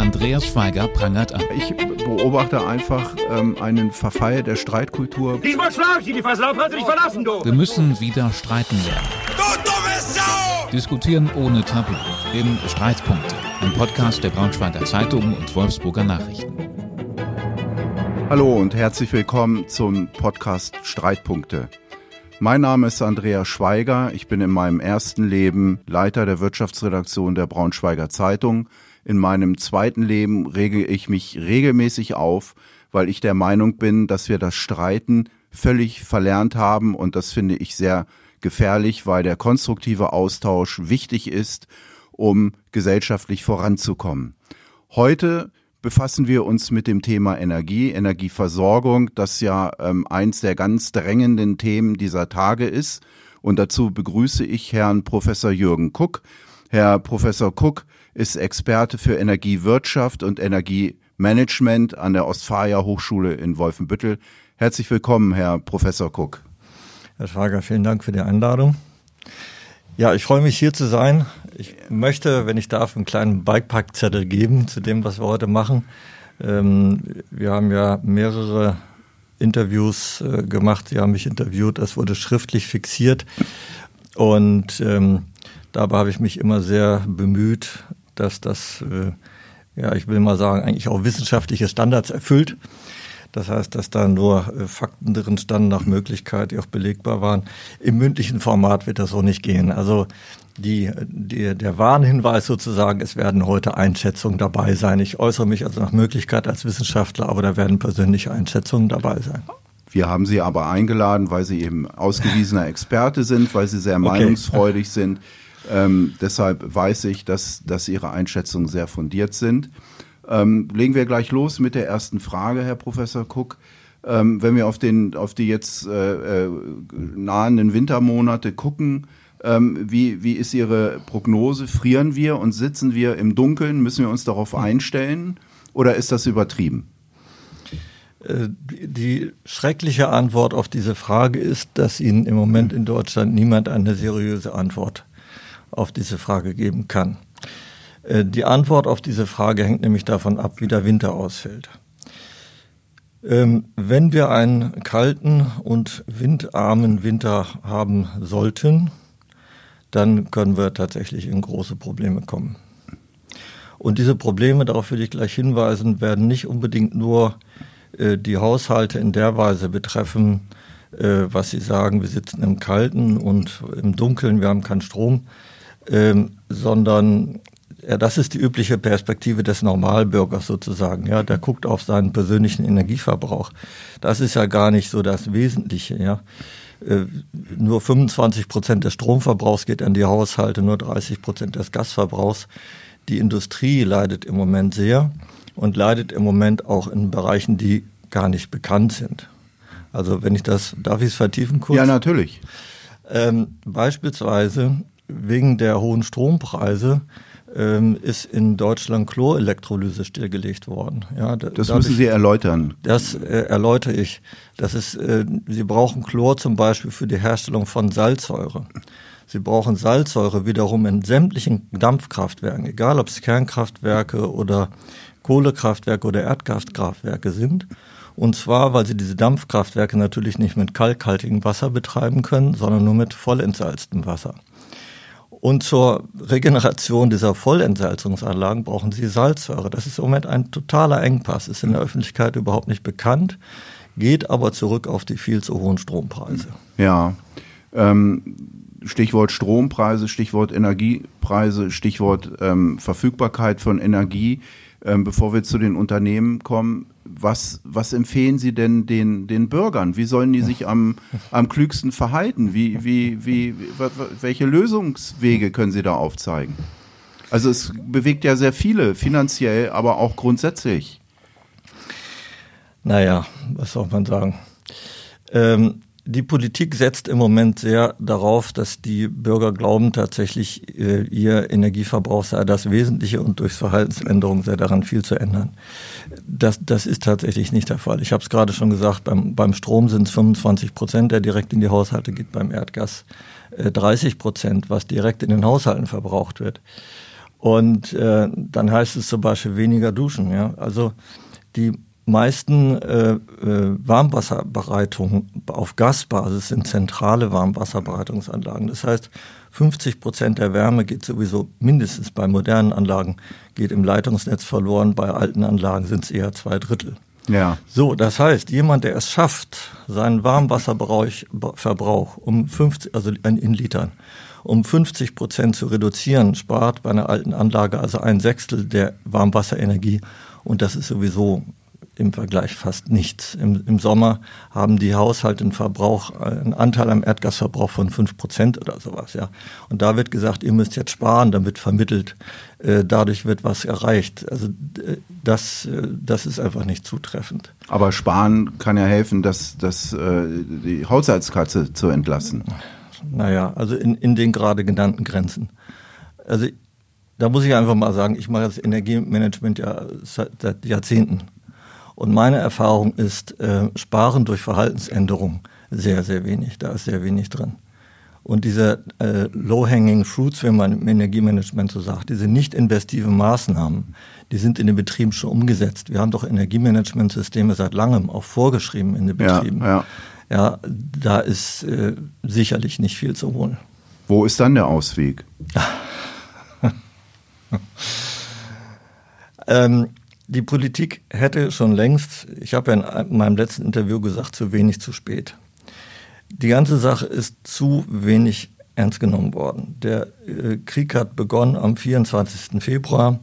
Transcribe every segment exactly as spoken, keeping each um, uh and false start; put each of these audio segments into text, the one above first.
Andreas Schweiger prangert an. Ich beobachte einfach ähm, einen Verfall der Streitkultur. Diesmal schlag ich in die Fresse, kannst du dich verlassen, du! Wir müssen wieder streiten lernen. Du dumme Sau! Diskutieren ohne Tabu. Im Streitpunkte, ein Podcast der Braunschweiger Zeitung und Wolfsburger Nachrichten. Hallo und herzlich willkommen zum Podcast Streitpunkte. Mein Name ist Andreas Schweiger. Ich bin in meinem ersten Leben Leiter der Wirtschaftsredaktion der Braunschweiger Zeitung. In meinem zweiten Leben rege ich mich regelmäßig auf, weil ich der Meinung bin, dass wir das Streiten völlig verlernt haben, und das finde ich sehr gefährlich, weil der konstruktive Austausch wichtig ist, um gesellschaftlich voranzukommen. Heute befassen wir uns mit dem Thema Energie, Energieversorgung, das ja ähm, eins der ganz drängenden Themen dieser Tage ist. Und dazu begrüße ich Herrn Professor Jürgen Kuck. Herr Professor Kuck ist Experte für Energiewirtschaft und Energiemanagement an der Ostfalia Hochschule in Wolfenbüttel. Herzlich willkommen, Herr Professor Kuck. Herr Schwager, vielen Dank für die Einladung. Ja, ich freue mich, hier zu sein. Ich möchte, wenn ich darf, einen kleinen Bikepack-Zettel geben zu dem, was wir heute machen. Ähm, wir haben ja mehrere Interviews äh, gemacht. Sie haben mich interviewt, das wurde schriftlich fixiert. Und ähm, dabei habe ich mich immer sehr bemüht, dass das, äh, ja, ich will mal sagen, eigentlich auch wissenschaftliche Standards erfüllt. Das heißt, dass da nur äh, Fakten drin standen, nach Möglichkeit, die auch belegbar waren. Im mündlichen Format wird das so nicht gehen. Also die, die, der Warnhinweis sozusagen, es werden heute Einschätzungen dabei sein. Ich äußere mich also nach Möglichkeit als Wissenschaftler, aber da werden persönliche Einschätzungen dabei sein. Wir haben Sie aber eingeladen, weil Sie eben ausgewiesener Experte sind, weil Sie sehr okay. meinungsfreudig sind. Ähm, deshalb weiß ich, dass, dass Ihre Einschätzungen sehr fundiert sind. Ähm, legen wir gleich los mit der ersten Frage, Herr Professor Kuck. Ähm, wenn wir auf, den, auf die jetzt äh, äh, nahenden Wintermonate gucken, ähm, wie, wie ist Ihre Prognose? Frieren wir und sitzen wir im Dunkeln? Müssen wir uns darauf einstellen oder ist das übertrieben? Die, die schreckliche Antwort auf diese Frage ist, dass Ihnen im Moment in Deutschland niemand eine seriöse Antwort auf diese Frage geben kann. Die Antwort auf diese Frage hängt nämlich davon ab, wie der Winter ausfällt. Wenn wir einen kalten und windarmen Winter haben sollten, dann können wir tatsächlich in große Probleme kommen. Und diese Probleme, darauf will ich gleich hinweisen, werden nicht unbedingt nur die Haushalte in der Weise betreffen, was Sie sagen, wir sitzen im Kalten und im Dunkeln, wir haben keinen Strom, sondern ja, das ist die übliche Perspektive des Normalbürgers sozusagen. Ja, der guckt auf seinen persönlichen Energieverbrauch. Das ist ja gar nicht so das Wesentliche. Ja, äh, nur fünfundzwanzig Prozent des Stromverbrauchs geht an die Haushalte, nur dreißig Prozent des Gasverbrauchs. Die Industrie leidet im Moment sehr und leidet im Moment auch in Bereichen, die gar nicht bekannt sind. Also wenn ich das, darf ich es vertiefen kurz? Ja, natürlich. Ähm, beispielsweise wegen der hohen Strompreise ähm, ist in Deutschland Chlorelektrolyse stillgelegt worden. Ja, da, das müssen Sie erläutern. Das äh, erläutere ich. Das ist, äh, Sie brauchen Chlor zum Beispiel für die Herstellung von Salzsäure. Sie brauchen Salzsäure wiederum in sämtlichen Dampfkraftwerken, egal ob es Kernkraftwerke oder Kohlekraftwerke oder Erdgaskraftwerke sind. Und zwar, weil Sie diese Dampfkraftwerke natürlich nicht mit kalkhaltigem Wasser betreiben können, sondern nur mit vollentsalztem Wasser. Und zur Regeneration dieser Vollentsalzungsanlagen brauchen Sie Salzsäure. Das ist im Moment ein totaler Engpass, ist in der Öffentlichkeit überhaupt nicht bekannt, geht aber zurück auf die viel zu hohen Strompreise. Ja, ähm, Stichwort Strompreise, Stichwort Energiepreise, Stichwort ähm, Verfügbarkeit von Energie. Ähm, bevor wir zu den Unternehmen kommen, was, was empfehlen Sie denn den, den Bürgern? Wie sollen die sich am, am klügsten verhalten? Wie, wie, wie, welche Lösungswege können Sie da aufzeigen? Also es bewegt ja sehr viele, finanziell, aber auch grundsätzlich. Naja, was soll man sagen? Ähm, Die Politik setzt im Moment sehr darauf, dass die Bürger glauben, tatsächlich äh, ihr Energieverbrauch sei das Wesentliche und durch Verhaltensänderungen sei daran viel zu ändern. Das, das ist tatsächlich nicht der Fall. Ich habe es gerade schon gesagt, beim, beim Strom sind es fünfundzwanzig Prozent, der direkt in die Haushalte geht, beim Erdgas äh, dreißig Prozent, was direkt in den Haushalten verbraucht wird. Und äh, dann heißt es zum Beispiel weniger duschen. Ja? Also die meisten äh, äh, Warmwasserbereitungen auf Gasbasis sind zentrale Warmwasserbereitungsanlagen. Das heißt, fünfzig Prozent der Wärme geht sowieso mindestens bei modernen Anlagen, geht im Leitungsnetz verloren. Bei alten Anlagen sind es eher zwei Drittel. Ja. So, das heißt, jemand, der es schafft, seinen Warmwasserverbrauch um fünfzig, also in Litern, um fünfzig Prozent zu reduzieren, spart bei einer alten Anlage also ein Sechstel der Warmwasserenergie. Und das ist sowieso im Vergleich fast nichts. Im, im Sommer haben die Haushalte einen Verbrauch, einen Anteil am Erdgasverbrauch von fünf Prozent oder sowas, ja. Und da wird gesagt, ihr müsst jetzt sparen, dann wird vermittelt, äh, dadurch wird was erreicht. Also äh, das, äh, das ist einfach nicht zutreffend. Aber sparen kann ja helfen, das, das, äh, die Haushaltskasse zu entlasten. Naja, also in, in den gerade genannten Grenzen. Also da muss ich einfach mal sagen, ich mache das Energiemanagement ja seit, seit Jahrzehnten. Und meine Erfahrung ist, äh, Sparen durch Verhaltensänderung sehr, sehr wenig. Da ist sehr wenig drin. Und diese äh, low-hanging fruits, wenn man im Energiemanagement so sagt, diese nicht investiven Maßnahmen, die sind in den Betrieben schon umgesetzt. Wir haben doch Energiemanagementsysteme seit langem auch vorgeschrieben in den Betrieben. Ja, ja. Ja, da ist äh, sicherlich nicht viel zu holen. Wo ist dann der Ausweg? ähm, Die Politik hätte schon längst, ich habe ja in meinem letzten Interview gesagt, zu wenig, zu spät. Die ganze Sache ist zu wenig ernst genommen worden. Der äh, Krieg hat begonnen am vierundzwanzigsten Februar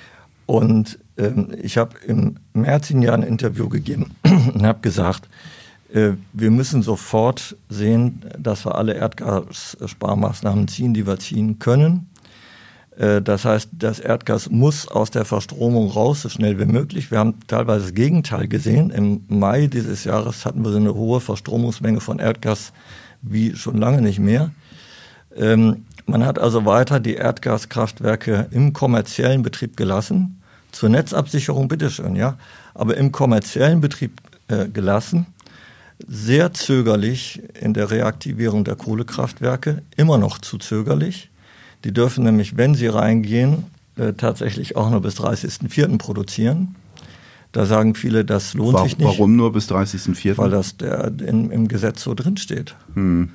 und ähm, ich habe im März ein Jahr ein Interview gegeben und habe gesagt, äh, wir müssen sofort sehen, dass wir alle Erdgassparmaßnahmen ziehen, die wir ziehen können. Das heißt, das Erdgas muss aus der Verstromung raus, so schnell wie möglich. Wir haben teilweise das Gegenteil gesehen. Im Mai dieses Jahres hatten wir so eine hohe Verstromungsmenge von Erdgas wie schon lange nicht mehr. Ähm, man hat also weiter die Erdgaskraftwerke im kommerziellen Betrieb gelassen. Zur Netzabsicherung bitteschön, ja. Aber im kommerziellen Betrieb äh, gelassen. Sehr zögerlich in der Reaktivierung der Kohlekraftwerke. Immer noch zu zögerlich. Die dürfen nämlich, wenn sie reingehen, äh, tatsächlich auch nur bis dreißigsten vierten produzieren. Da sagen viele, das lohnt War, sich nicht. Warum nur bis dreißigsten vierten? Weil das der, in, im Gesetz so drinsteht. Hm.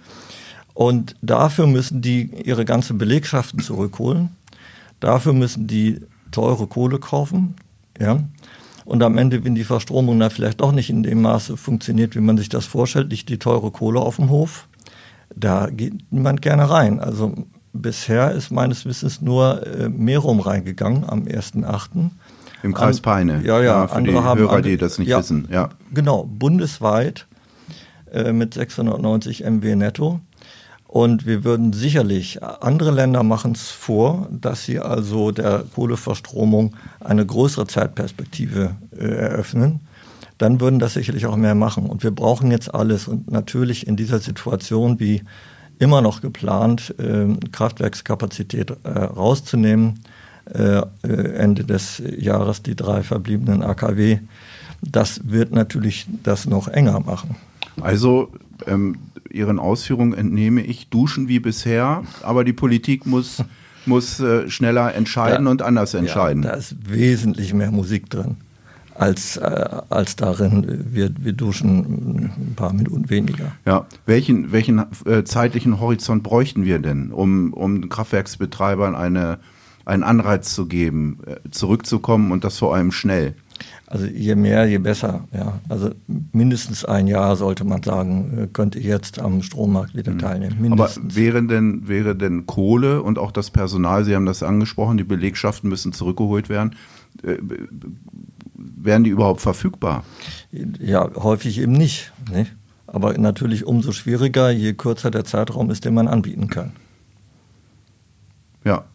Und dafür müssen die ihre ganzen Belegschaften zurückholen. Dafür müssen die teure Kohle kaufen. Ja. Und am Ende, wenn die Verstromung dann vielleicht doch nicht in dem Maße funktioniert, wie man sich das vorstellt, liegt die teure Kohle auf dem Hof. Da geht niemand gerne rein. Also bisher ist meines Wissens nur äh, Merum reingegangen am ersten achten Im Kreis Peine. Ja, ja. ja für andere die haben Hörer, andere, die das nicht ja, wissen. Ja. Genau, bundesweit äh, mit sechshundertneunzig Megawatt netto. Und wir würden sicherlich, andere Länder machen es vor, dass sie also der Kohleverstromung eine größere Zeitperspektive äh, eröffnen. Dann würden das sicherlich auch mehr machen. Und wir brauchen jetzt alles. Und natürlich in dieser Situation wie immer noch geplant, äh, Kraftwerkskapazität äh, rauszunehmen, äh, Ende des Jahres die drei verbliebenen A K W. Das wird natürlich das noch enger machen. Also ähm, Ihren Ausführungen entnehme ich, duschen wie bisher, aber die Politik muss, muss äh, schneller entscheiden ja, und anders entscheiden. Ja, da ist wesentlich mehr Musik drin. Als, äh, als darin, wir, wir duschen ein paar Minuten weniger. Ja, welchen, welchen äh, zeitlichen Horizont bräuchten wir denn, um, um Kraftwerksbetreibern eine, einen Anreiz zu geben, äh, zurückzukommen und das vor allem schnell? Also je mehr, je besser. Ja. Also mindestens ein Jahr sollte man sagen, könnt ihr jetzt am Strommarkt wieder teilnehmen. Mindestens. Aber wäre denn, wäre denn Kohle und auch das Personal, Sie haben das angesprochen, die Belegschaften müssen zurückgeholt werden, äh, wären die überhaupt verfügbar? Ja, häufig eben nicht, nicht. Aber natürlich umso schwieriger, je kürzer der Zeitraum ist, den man anbieten kann. Ja.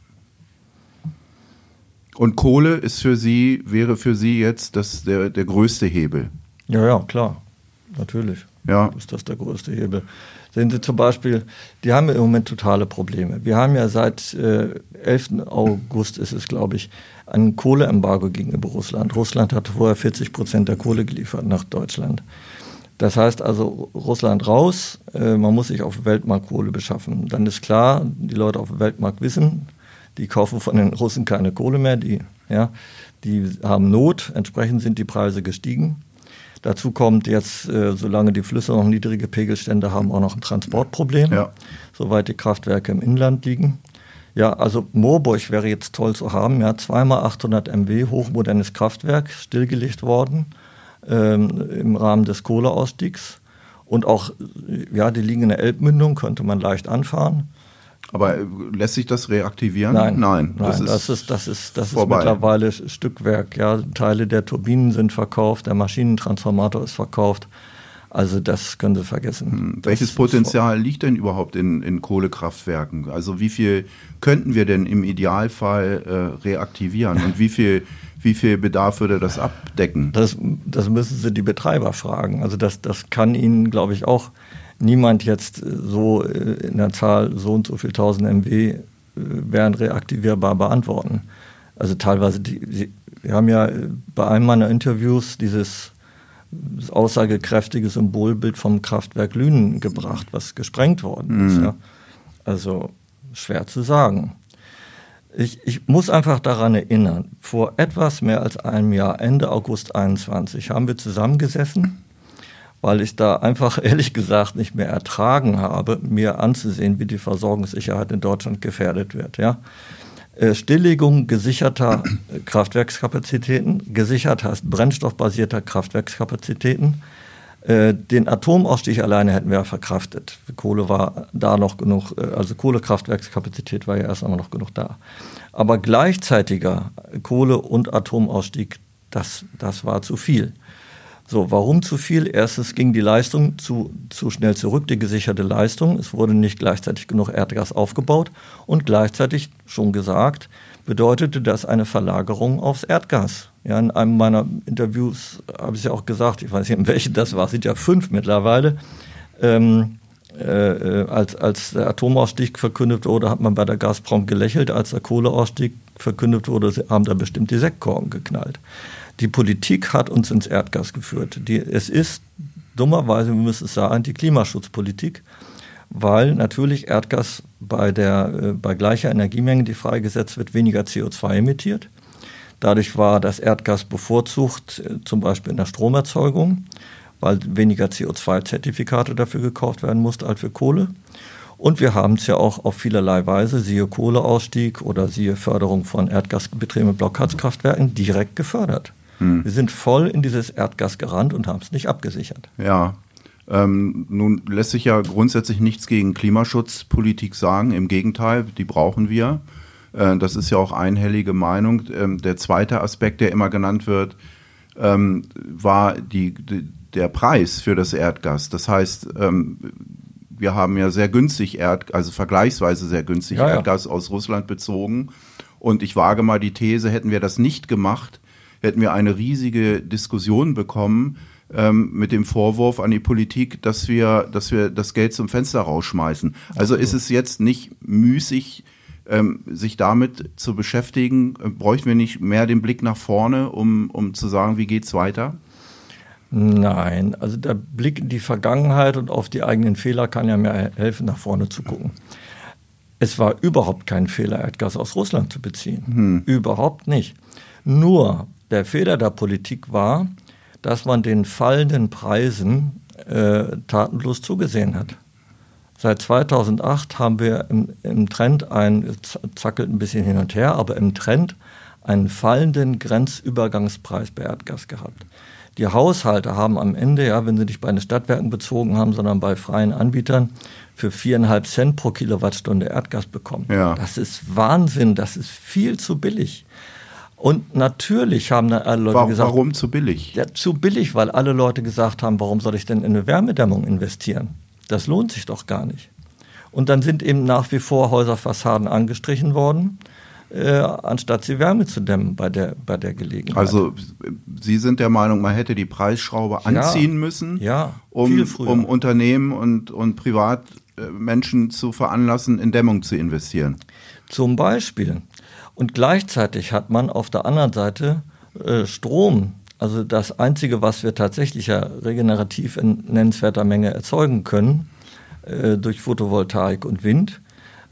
Und Kohle ist für Sie, wäre für Sie jetzt das der, der größte Hebel? Ja, ja, klar. Natürlich ja. ist das der größte Hebel. Sehen Sie zum Beispiel, die haben im Moment totale Probleme. Wir haben ja seit äh, elften August ist es, glaube ich, ein Kohleembargo gegenüber Russland. Russland hat vorher vierzig Prozent der Kohle geliefert nach Deutschland. Das heißt also, Russland raus, äh, man muss sich auf dem Weltmarkt Kohle beschaffen. Dann ist klar, die Leute auf dem Weltmarkt wissen, die kaufen von den Russen keine Kohle mehr, die, ja, die haben Not, entsprechend sind die Preise gestiegen. Dazu kommt jetzt, äh, solange die Flüsse noch niedrige Pegelstände haben, auch noch ein Transportproblem, ja. soweit die Kraftwerke im Inland liegen. Ja, also Moorburg wäre jetzt toll zu haben, ja, zweimal achthundert Megawatt, hochmodernes Kraftwerk, stillgelegt worden ähm, im Rahmen des Kohleausstiegs. Und auch, ja, die liegen in der Elbmündung, könnte man leicht anfahren. Aber lässt sich das reaktivieren? Nein, nein, das, nein, ist, das ist das ist das ist mittlerweile Stückwerk. Ja, Teile der Turbinen sind verkauft, der Maschinentransformator ist verkauft. Also das können Sie vergessen. Hm. Welches Potenzial liegt denn überhaupt in, in Kohlekraftwerken? Also wie viel könnten wir denn im Idealfall äh, reaktivieren und wie viel Wie viel Bedarf würde das abdecken? Das, das müssen Sie die Betreiber fragen. Also das, das kann Ihnen, glaube ich, auch niemand jetzt so in der Zahl so und so viel tausend Megawatt wären reaktivierbar beantworten. Also teilweise, die, die, wir haben ja bei einem meiner Interviews dieses aussagekräftige Symbolbild vom Kraftwerk Lünen gebracht, was gesprengt worden ist. Mhm. Ja. Also schwer zu sagen. Ich, ich muss einfach daran erinnern, vor etwas mehr als einem Jahr, Ende August einundzwanzig, haben wir zusammengesessen, weil ich da einfach ehrlich gesagt nicht mehr ertragen habe, mir anzusehen, wie die Versorgungssicherheit in Deutschland gefährdet wird. Ja? Äh, Stilllegung gesicherter Kraftwerkskapazitäten, gesichert heißt brennstoffbasierter Kraftwerkskapazitäten. Äh, den Atomausstieg alleine hätten wir verkraftet. Kohle war da noch genug, also Kohlekraftwerkskapazität war ja erst einmal noch genug da. Aber gleichzeitiger Kohle- und Atomausstieg, das, das war zu viel. So, warum zu viel? Erstens ging die Leistung zu, zu schnell zurück, die gesicherte Leistung. Es wurde nicht gleichzeitig genug Erdgas aufgebaut. Und gleichzeitig, schon gesagt, bedeutete das eine Verlagerung aufs Erdgas. Ja, in einem meiner Interviews habe ich ja auch gesagt, ich weiß nicht, in welchen das war, sind ja fünf mittlerweile. Ähm, äh, als, als der Atomausstieg verkündet wurde, hat man bei der Gazprom gelächelt. Als der Kohleausstieg verkündet wurde, haben da bestimmt die Sektkorken geknallt. Die Politik hat uns ins Erdgas geführt. Die, es ist dummerweise, wir müssen es sagen, die Klimaschutzpolitik, weil natürlich Erdgas bei, der, äh, bei gleicher Energiemenge, die freigesetzt wird, weniger C O zwei emittiert. Dadurch war das Erdgas bevorzugt, äh, zum Beispiel in der Stromerzeugung, weil weniger C O zwei Zertifikate dafür gekauft werden mussten als für Kohle. Und wir haben es ja auch auf vielerlei Weise, siehe Kohleausstieg oder siehe Förderung von Erdgasbetrieben mit Blockheizkraftwerken, direkt gefördert. Hm. Wir sind voll in dieses Erdgas gerannt und haben es nicht abgesichert. Ja, ähm, nun lässt sich ja grundsätzlich nichts gegen Klimaschutzpolitik sagen. Im Gegenteil, die brauchen wir. Äh, das ist ja auch einhellige Meinung. Ähm, der zweite Aspekt, der immer genannt wird, ähm, war die, die, der Preis für das Erdgas. Das heißt, ähm, wir haben ja sehr günstig Erd, also vergleichsweise sehr günstig ja, Erdgas ja. aus Russland bezogen. Und ich wage mal die These, hätten wir das nicht gemacht, hätten wir eine riesige Diskussion bekommen ähm, mit dem Vorwurf an die Politik, dass wir, dass wir das Geld zum Fenster rausschmeißen. Also ist es jetzt nicht müßig, ähm, sich damit zu beschäftigen? Bräuchten wir nicht mehr den Blick nach vorne, um, um zu sagen, wie geht's weiter? Nein, also der Blick in die Vergangenheit und auf die eigenen Fehler kann ja mehr helfen, nach vorne zu gucken. Es war überhaupt kein Fehler, Erdgas aus Russland zu beziehen. Hm. Überhaupt nicht. Nur der Fehler der Politik war, dass man den fallenden Preisen äh, tatenlos zugesehen hat. Seit zweitausendacht haben wir im, im Trend, ein, zackelt ein bisschen hin und her, aber im Trend einen fallenden Grenzübergangspreis bei Erdgas gehabt. Die Haushalte haben am Ende, ja, wenn sie nicht bei den Stadtwerken bezogen haben, sondern bei freien Anbietern, für viereinhalb Cent pro Kilowattstunde Erdgas bekommen. Ja. Das ist Wahnsinn, das ist viel zu billig. Und natürlich haben da alle Leute warum, gesagt... Warum zu billig? Ja, zu billig, weil alle Leute gesagt haben, warum soll ich denn in eine Wärmedämmung investieren? Das lohnt sich doch gar nicht. Und dann sind eben nach wie vor Häuserfassaden angestrichen worden, äh, anstatt sie Wärme zu dämmen bei der, bei der Gelegenheit. Also Sie sind der Meinung, man hätte die Preisschraube anziehen ja, müssen, ja, um, viel früher. um Unternehmen und, und Privatmenschen zu veranlassen, in Dämmung zu investieren? Zum Beispiel. Und gleichzeitig hat man auf der anderen Seite äh, Strom, also das Einzige, was wir tatsächlich ja regenerativ in nennenswerter Menge erzeugen können, äh, durch Photovoltaik und Wind,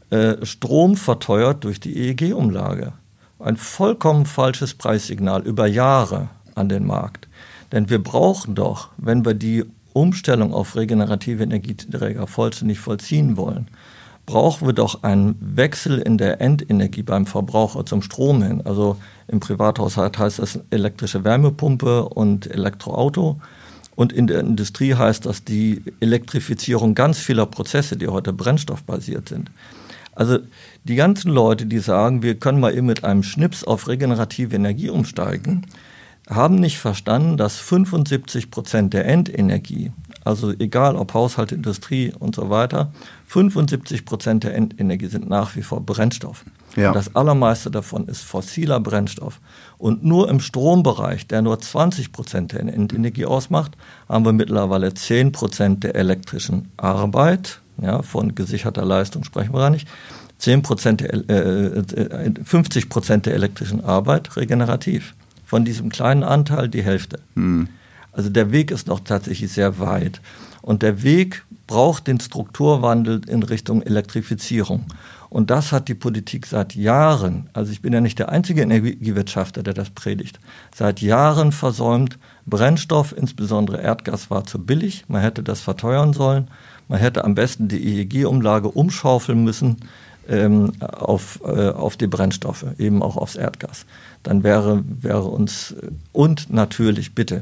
äh, Strom verteuert durch die E E G-Umlage. Ein vollkommen falsches Preissignal über Jahre an den Markt. Denn wir brauchen doch, wenn wir die Umstellung auf regenerative Energieträger vollständig vollziehen wollen, brauchen wir doch einen Wechsel in der Endenergie beim Verbraucher zum Strom hin. Also im Privathaushalt heißt das elektrische Wärmepumpe und Elektroauto. Und in der Industrie heißt das die Elektrifizierung ganz vieler Prozesse, die heute brennstoffbasiert sind. Also die ganzen Leute, die sagen, wir können mal eben mit einem Schnips auf regenerative Energie umsteigen, haben nicht verstanden, dass fünfundsiebzig Prozent der Endenergie, also egal ob Haushalt, Industrie und so weiter, fünfundsiebzig Prozent der Endenergie sind nach wie vor Brennstoff. Ja. Und das allermeiste davon ist fossiler Brennstoff. Und nur im Strombereich, der nur zwanzig Prozent der Endenergie ausmacht, haben wir mittlerweile zehn Prozent der elektrischen Arbeit. Ja, von gesicherter Leistung sprechen wir gar nicht. zehn Prozent der, äh, fünfzig Prozent der elektrischen Arbeit regenerativ. Von diesem kleinen Anteil die Hälfte. Hm. Also der Weg ist noch tatsächlich sehr weit. Und der Weg braucht den Strukturwandel in Richtung Elektrifizierung. Und das hat die Politik seit Jahren, also ich bin ja nicht der einzige Energiewirtschaftler, der das predigt, seit Jahren versäumt. Brennstoff, insbesondere Erdgas, war zu billig. Man hätte das verteuern sollen. Man hätte am besten die E E G-Umlage umschaufeln müssen ähm, auf, äh, auf die Brennstoffe, eben auch aufs Erdgas. Dann wäre, wäre uns, und natürlich, bitte,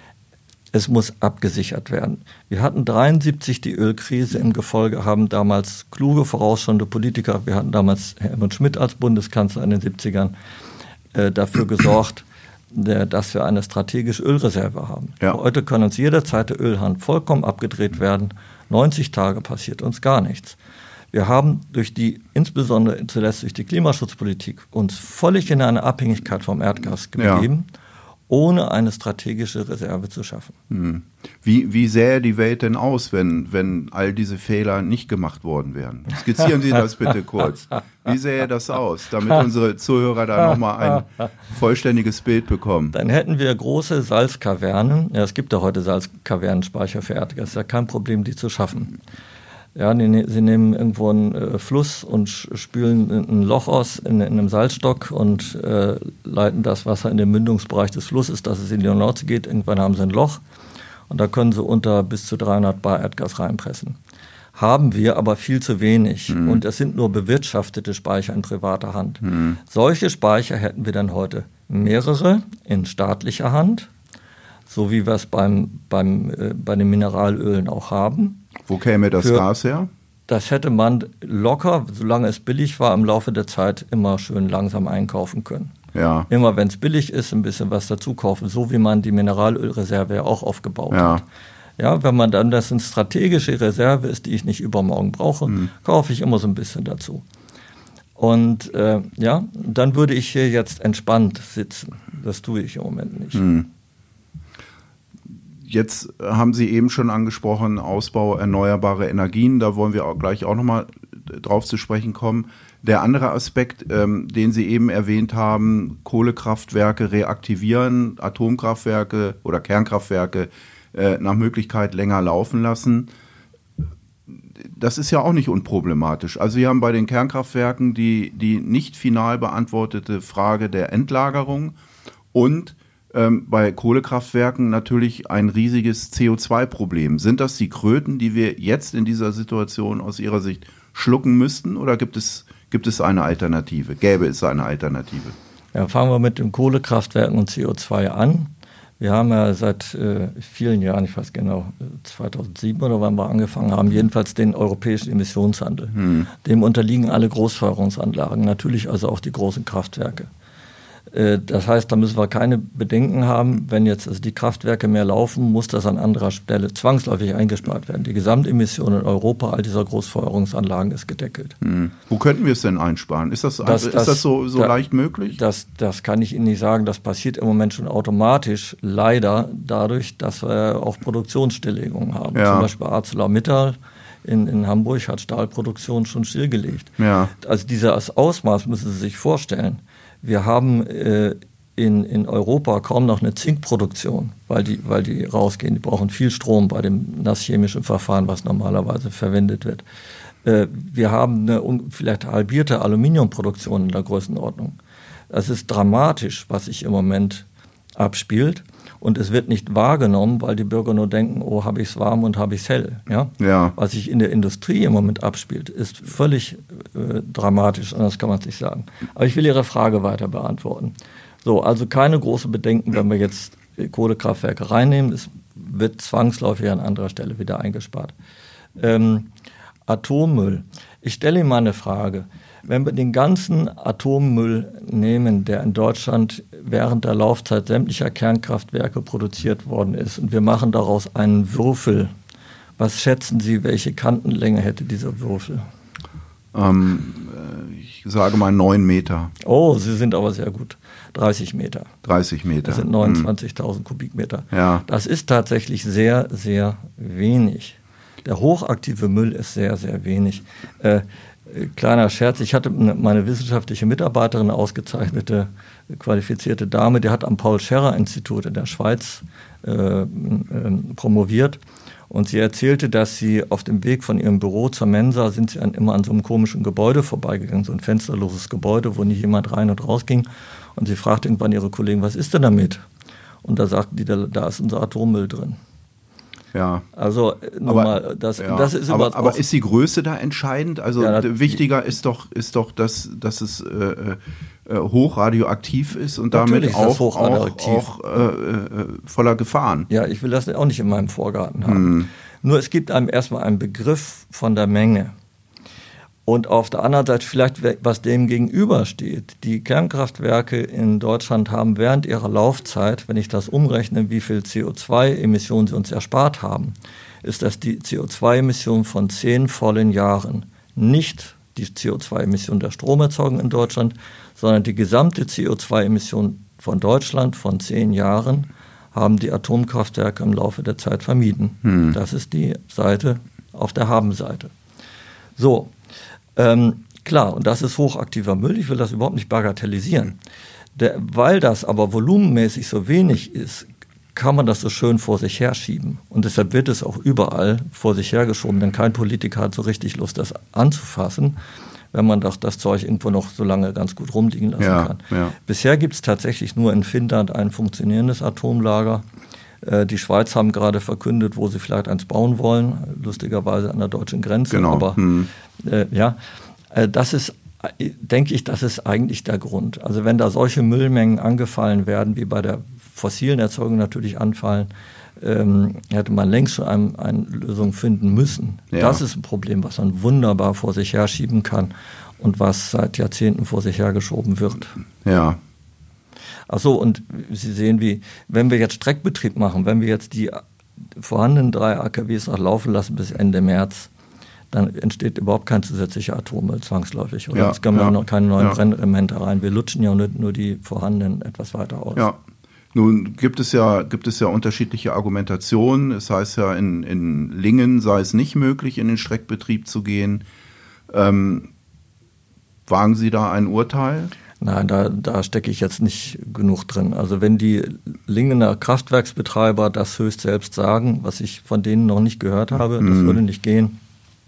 es muss abgesichert werden. Wir hatten dreiundsiebzig die Ölkrise im Gefolge, haben damals kluge, vorausschauende Politiker, wir hatten damals Helmut Schmidt als Bundeskanzler in den siebzigern, äh, dafür gesorgt, der, dass wir eine strategische Ölreserve haben. Ja. Heute kann uns jederzeit der Ölhahn vollkommen abgedreht werden. neunzig Tage passiert uns gar nichts. Wir haben durch die, insbesondere zuletzt durch die Klimaschutzpolitik, uns völlig in eine Abhängigkeit vom Erdgas begeben, ja. ohne eine strategische Reserve zu schaffen. Hm. Wie, wie sähe die Welt denn aus, wenn, wenn all diese Fehler nicht gemacht worden wären? Skizzieren Sie das bitte kurz. Wie sähe das aus, damit unsere Zuhörer da nochmal ein vollständiges Bild bekommen? Dann hätten wir große Salzkavernen. Ja, es gibt ja heute Salzkavernenspeicher für Erdgas. Es ist ja kein Problem, die zu schaffen. Ja, die, sie nehmen irgendwo einen äh, Fluss und spülen ein Loch aus in, in einem Salzstock und äh, leiten das Wasser in den Mündungsbereich des Flusses, dass es in die Nordsee geht. Irgendwann haben sie ein Loch und da können sie unter bis zu dreihundert Bar Erdgas reinpressen. Haben wir aber viel zu wenig. Mhm. Und es sind nur bewirtschaftete Speicher in privater Hand. Mhm. Solche Speicher hätten wir dann heute mehrere in staatlicher Hand, so wie wir es beim, beim, äh, bei den Mineralölen auch haben. Wo käme das Für, Gas her? Das hätte man locker, solange es billig war, im Laufe der Zeit immer schön langsam einkaufen können. Ja. Immer wenn es billig ist, ein bisschen was dazu kaufen, so wie man die Mineralölreserve ja auch aufgebaut ja. hat. Ja, wenn man dann, das eine strategische Reserve ist, die ich nicht übermorgen brauche, hm. kaufe ich immer so ein bisschen dazu. Und äh, ja, dann würde ich hier jetzt entspannt sitzen. Das tue ich im Moment nicht. Hm. Jetzt haben Sie eben schon angesprochen, Ausbau erneuerbare Energien, da wollen wir auch gleich auch nochmal drauf zu sprechen kommen. Der andere Aspekt, ähm, den Sie eben erwähnt haben, Kohlekraftwerke reaktivieren, Atomkraftwerke oder Kernkraftwerke äh, nach Möglichkeit länger laufen lassen. Das ist ja auch nicht unproblematisch. Also Sie haben bei den Kernkraftwerken die, die nicht final beantwortete Frage der Endlagerung und Ähm, bei Kohlekraftwerken natürlich ein riesiges C O zwei Problem. Sind das die Kröten, die wir jetzt in dieser Situation aus Ihrer Sicht schlucken müssten oder gibt es, gibt es eine Alternative? Gäbe es eine Alternative? Ja, fangen wir mit den Kohlekraftwerken und C O zwei an. Wir haben ja seit äh, vielen Jahren, ich weiß genau, zweitausendsieben oder wann wir angefangen haben, jedenfalls den europäischen Emissionshandel. Hm. Dem unterliegen alle Großfeuerungsanlagen, natürlich also auch die großen Kraftwerke. Das heißt, da müssen wir keine Bedenken haben, wenn jetzt also die Kraftwerke mehr laufen, muss das an anderer Stelle zwangsläufig eingespart werden. Die Gesamtemission in Europa all dieser Großfeuerungsanlagen ist gedeckelt. Hm. Wo könnten wir es denn einsparen? Ist das, das, ist das, das so, so da, leicht möglich? Das, das kann ich Ihnen nicht sagen. Das passiert im Moment schon automatisch, leider dadurch, dass wir auch Produktionsstilllegungen haben. Ja. Zum Beispiel ArcelorMittal in, in Hamburg hat Stahlproduktion schon stillgelegt. Ja. Also dieses Ausmaß müssen Sie sich vorstellen. Wir haben äh, in, in Europa kaum noch eine Zinkproduktion, weil die, weil die rausgehen. Die brauchen viel Strom bei dem nasschemischen Verfahren, was normalerweise verwendet wird. Äh, wir haben eine un- vielleicht halbierte Aluminiumproduktion in der Größenordnung. Das ist dramatisch, was sich im Moment abspielt. Und es wird nicht wahrgenommen, weil die Bürger nur denken, oh, habe ich es warm und habe ich es hell. Ja? Ja. Was sich in der Industrie im Moment abspielt, ist völlig äh, dramatisch, anders kann man es nicht sagen. Aber ich will Ihre Frage weiter beantworten. So, also keine großen Bedenken, wenn wir jetzt Kohlekraftwerke reinnehmen. Es wird zwangsläufig an anderer Stelle wieder eingespart. Ähm, Atommüll. Ich stelle Ihnen mal eine Frage. Wenn wir den ganzen Atommüll nehmen, der in Deutschland während der Laufzeit sämtlicher Kernkraftwerke produziert worden ist, und wir machen daraus einen Würfel, was schätzen Sie, welche Kantenlänge hätte dieser Würfel? Ähm, ich sage mal neun Meter. Oh, Sie sind aber sehr gut. dreißig Meter. dreißig Meter. Das sind neunundzwanzigtausend Kubikmeter. Ja. Das ist tatsächlich sehr, sehr wenig. Der hochaktive Müll ist sehr, sehr wenig. Äh, Kleiner Scherz, ich hatte meine wissenschaftliche Mitarbeiterin, eine ausgezeichnete, qualifizierte Dame, die hat am Paul-Scherrer-Institut in der Schweiz äh, äh, promoviert, und sie erzählte, dass sie auf dem Weg von ihrem Büro zur Mensa sind sie an, immer an so einem komischen Gebäude vorbeigegangen, so ein fensterloses Gebäude, wo nicht jemand rein und raus ging, und sie fragte irgendwann ihre Kollegen, was ist denn damit? Und da sagten die, da, da ist unser Atommüll drin. Ja. Also nur aber, mal, das, ja. das ist aber, aber ist die Größe da entscheidend? Also ja, das, wichtiger ist doch, ist doch, dass, dass es äh, äh, hochradioaktiv ist und damit auch, auch, auch äh, äh, voller Gefahren. Ja, ich will das auch nicht in meinem Vorgarten haben. Hm. Nur es gibt einem erstmal einen Begriff von der Menge. Und auf der anderen Seite vielleicht, was dem gegenübersteht. Die Kernkraftwerke in Deutschland haben während ihrer Laufzeit, wenn ich das umrechne, wie viel C O zwei Emissionen sie uns erspart haben, ist das die C O zwei Emission von zehn vollen Jahren. Nicht die C O zwei Emission der Stromerzeugung in Deutschland, sondern die gesamte C O zwei Emission von Deutschland von zehn Jahren haben die Atomkraftwerke im Laufe der Zeit vermieden. Hm. Das ist die Seite auf der Haben-Seite. So. Ähm, klar, und das ist hochaktiver Müll, ich will das überhaupt nicht bagatellisieren. Der, weil das aber volumenmäßig so wenig ist, kann man das so schön vor sich herschieben. Und deshalb wird es auch überall vor sich hergeschoben, denn kein Politiker hat so richtig Lust, das anzufassen, wenn man doch das Zeug irgendwo noch so lange ganz gut rumliegen lassen ja, kann. Ja. Bisher gibt es tatsächlich nur in Finnland ein funktionierendes Atomlager. Äh, die Schweiz haben gerade verkündet, wo sie vielleicht eins bauen wollen, lustigerweise an der deutschen Grenze. Genau. Aber hm. äh, ja, äh, das ist, äh, denke ich, das ist eigentlich der Grund. Also wenn da solche Müllmengen angefallen werden, wie bei der fossilen Erzeugung natürlich anfallen, ähm, hätte man längst schon ein, eine Lösung finden müssen. Ja. Das ist ein Problem, was man wunderbar vor sich herschieben kann und was seit Jahrzehnten vor sich hergeschoben wird. Ja. Ach so, und Sie sehen, wie, wenn wir jetzt Streckbetrieb machen, wenn wir jetzt die vorhandenen drei A K Ws noch laufen lassen bis Ende März, dann entsteht überhaupt kein zusätzlicher Atommüll zwangsläufig. Oder? Ja, Jetzt kommen ja, noch keine neuen ja. Brennelemente rein. Wir lutschen ja nur, nur die vorhandenen etwas weiter aus. Ja. Nun gibt es ja, gibt es ja unterschiedliche Argumentationen. Es heißt ja, in, in Lingen sei es nicht möglich, in den Streckbetrieb zu gehen. Ähm, wagen Sie da ein Urteil? Nein, da, da stecke ich jetzt nicht genug drin. Also wenn die Lingener Kraftwerksbetreiber das höchst selbst sagen, was ich von denen noch nicht gehört habe, mhm. das würde nicht gehen,